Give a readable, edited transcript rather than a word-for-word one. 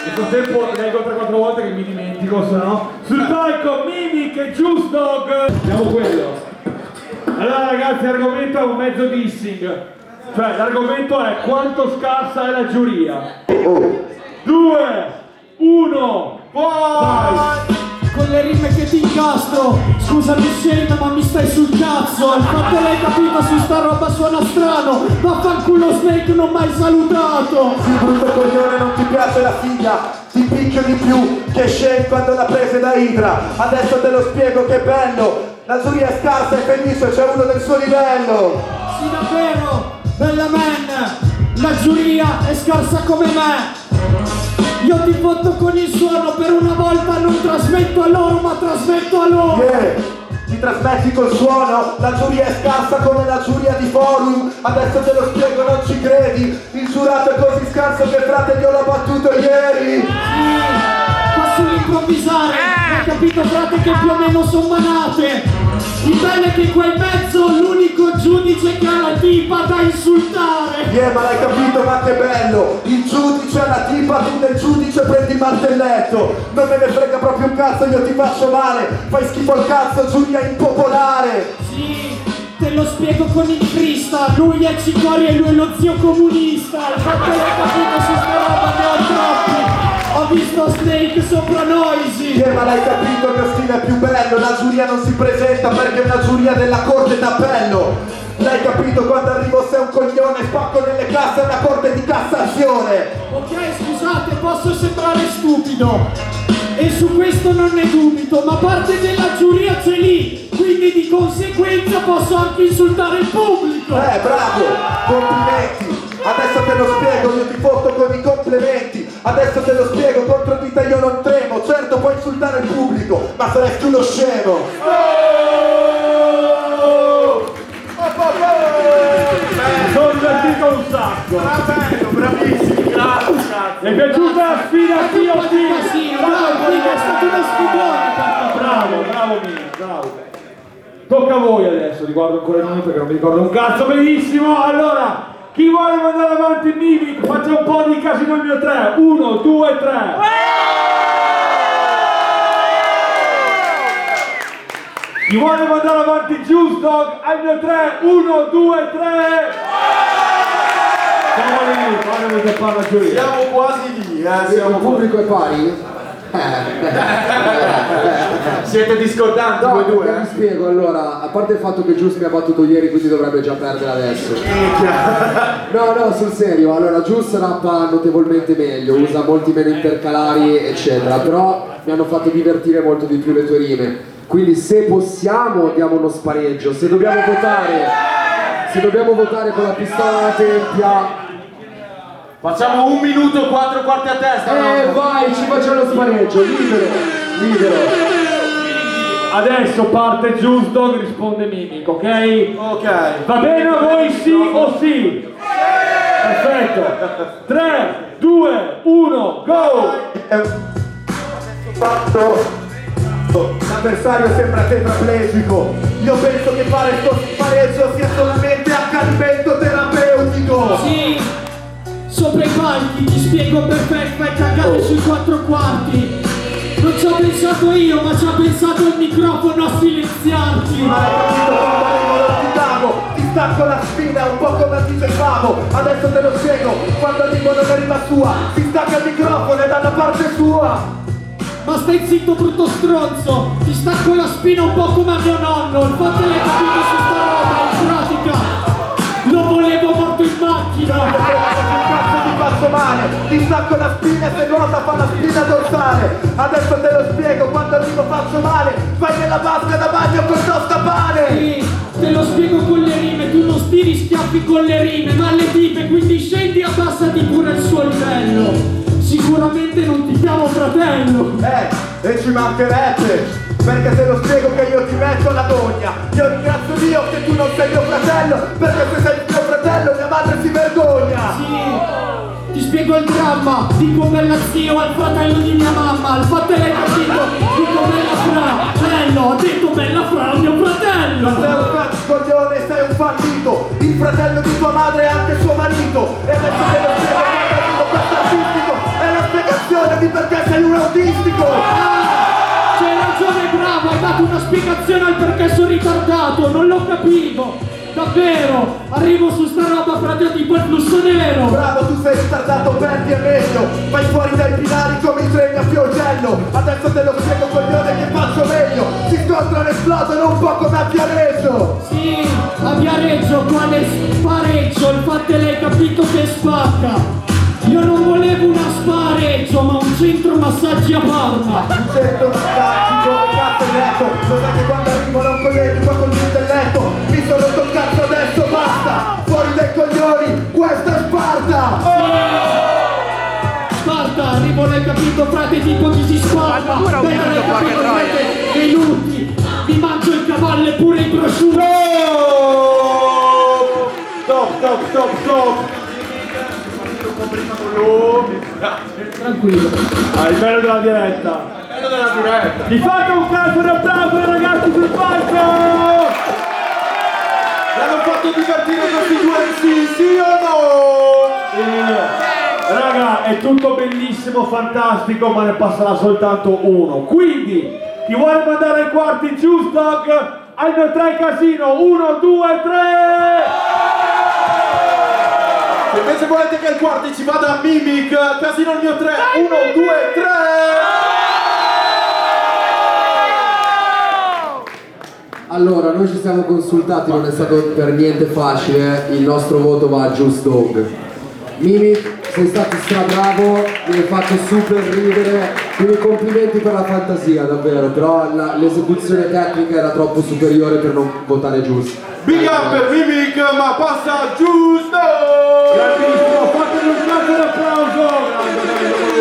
Nel frattempo leggo 3-4 volte che mi dimentico, se no. Sul palco Mimic e Juice Dog. Vediamo quello. Allora ragazzi, l'argomento è un mezzo dissing. Cioè l'argomento è quanto scarsa è la giuria. 2, 1, vai! Con le rime che ti incastro, scusami scena ma mi stai sul cazzo. Al fatto l'hai capito, su sta roba suona strano. Vaffanculo Snake, non mai salutato. Sì, brutto coglione, non ti piace la figlia, ti picchio di più che Shane quando l'ha presa da Hydra. Adesso te lo spiego che bello, la giuria è scarsa e felice, c'è uno del suo livello. Sì davvero, bella man, la giuria è scarsa come me. Io ti fotto con il suono, per una volta non trasmetto a loro ma trasmetto a loro. Yeah, ti trasmetti col suono, la giuria è scarsa come la giuria di forum. Adesso te lo spiego, non ci credi, il giurato è così scarso che frate io l'ho battuto ieri. Sì, posso improvvisare, hai capito frate che più o meno sono manate. Il bello è che qua in mezzo l'unico giudice che ha la tipa da insultare. Yeah, ma l'hai capito, ma che bello, il giudice è la tipa, tu del giudice prendi il martelletto. Non me ne frega proprio un cazzo, io ti faccio male, fai schifo al cazzo, giuria impopolare. Sì, te lo spiego con il Crista, lui è Cicori e lui è lo zio comunista. Il fatto l'hai capito, su sta roba ne ho troppi. Ho visto Snake sopra Noisy. Yeah, ma l'hai capito, il mio stile è più bello, la giuria non si presenta perché è una giuria della corte d'appello. L'hai capito, quando arrivo sei un coglione, spacco nelle casse una corte di Cassazione. Ok, scusate, posso sembrare stupido e su questo non ne dubito, ma parte della giuria c'è lì, quindi di conseguenza posso anche insultare il pubblico. Bravo, complimenti. Adesso te lo spiego, io ti fotto con i complimenti. Adesso te lo spiego, contro di te io non tremo. Certo puoi insultare il pubblico, ma saresti uno scemo. Sono divertito un sacco. Bello, bravissimi, grazie. Mi è piaciuta la sfida Dio Sì, è stata una sfidona. Bravo Mimic, bravo. Tocca a voi adesso, riguardo ancora il nome perché non mi ricordo un cazzo. Benissimo, allora chi vuole mandare avanti il Mimic faccia un po' di casino il mio 3. 1, 2, 3. Chi vuole mandare avanti Juice Dog al mio 3. 1, 2, 3. Siamo lì, quando volete fare la giuria. Siamo quasi lì, Il pubblico è pari? Siete discordanti voi due? Vi spiego, allora, a parte il fatto che Gius mi ha battuto ieri, quindi dovrebbe già perdere adesso. No, sul serio, allora Gius rappa notevolmente meglio, usa molti meno intercalari, eccetera, però mi hanno fatto divertire molto di più le tue rime. Quindi se possiamo diamo uno spareggio, se dobbiamo votare con la pistola alla tempia. Facciamo 1 minuto 4 quarti a testa. Vai, ci facciamo lo spareggio, libero. Adesso parte Juice Dog, risponde Mimic, ok? Ok. Va bene a voi sì o sì? Perfetto. 3, 2, 1, go! Fatto. L'avversario sembra tetraplegico. Io penso che fare sto spareggio sia solamente accanimento terapeutico. Sì, sopra i palchi ti spiego perfetto e cagate sui 4 quarti. Non ci ho pensato io, ma ci ha pensato il microfono a silenziarti. Ma hai capito quando arrivo non ti davo, ti stacco la spina un po' come ti famo. Adesso te lo spiego, quando arrivo non arriva sua, ti stacca il microfono e dalla parte sua. Ma stai zitto brutto stronzo, ti stacco la spina un po' come a mio nonno. Il fatto che hai capito su sta roba, in pratica lo volevo morto in macchina. Cazzo ti faccio male, ti stacco la spina e se nuota fa la spina dorsale. Adesso te lo spiego, quando arrivo faccio male, vai nella vasca da bagno col tostapane. Sì, te lo spiego con le rime, tu non stiri schiaffi con le rime, ma le tipe, quindi scendi e abbassati pure il suo livello. Sicuramente non ti chiamo fratello. E ci mancherebbe, perché te lo spiego che io ti metto la gogna. Io ringrazio Dio che tu non sei mio fratello, perché se sei mio fratello mia madre si vergogna. Sì, ti spiego il dramma, dico bella zio al fratello di mia mamma. Il fatto è l'hai capito, dico bella fratello, ho detto bella fra mio fratello. Ma sei un cazzo coglione, sei un fallito, il fratello di tua madre è anche suo marito. E adesso te lo spiego quando arrivo questo artistico, è la spiegazione spiegazione di perché sei un autistico. C'hai ragione, bravo, hai dato una spiegazione al perché sono ritardato, non lo capivo. Davvero, arrivo su sta roba frate tipo il flusso nero. Bravo, tu sei ritardato, perdi è meglio. Vai fuori dai binari come i treni a Fiogello. Adesso te lo spiego coglione che faccio meglio. Si scontrano e esplodono un po' come a Viareggio. Sì, a Viareggio, quale spareggio, infatti l'hai capito che spacca. Io non volevo una spareggio, ma un centro massaggi a Parma. Un centro massaggi come cazzo hai detto. Lo sai che quando arrivo non colleghi qua con l'intelletto. Mi sono rotto il cazzo, adesso basta. Fuori dai coglioni, questa è Sparta. Sparta, arrivo, l'hai capito frate, tipo chi si spalma. Bene, l'hai capito frate, nei lutti. Mi mangio il cavallo e pure i prosciutti. Stop. Tranquillo. Ah, il bello della diretta. Gli fate un calcio di applauso ragazzi sul palco! L'hanno fatto divertire questi due MC, sì o no? Raga, è tutto bellissimo, fantastico, ma ne passerà soltanto uno. Quindi, chi vuole mandare ai quarti Juicedog, al mio 3 casino, 1, 2, 3! Se invece volete che il quarti ci vada a Mimic, casino il mio 3, 1, 2, 3! Allora, noi ci siamo consultati, non è stato per niente facile, il nostro voto va a Juicedog. Mimic, sei stato strabravo, mi hai fatto super ridere, quindi complimenti per la fantasia, davvero, però l'esecuzione tecnica era troppo superiore per non votare giusto. Big up per Mimic, ma passa Juicedog! Grandissimo, fatemi un calcio d'applauso!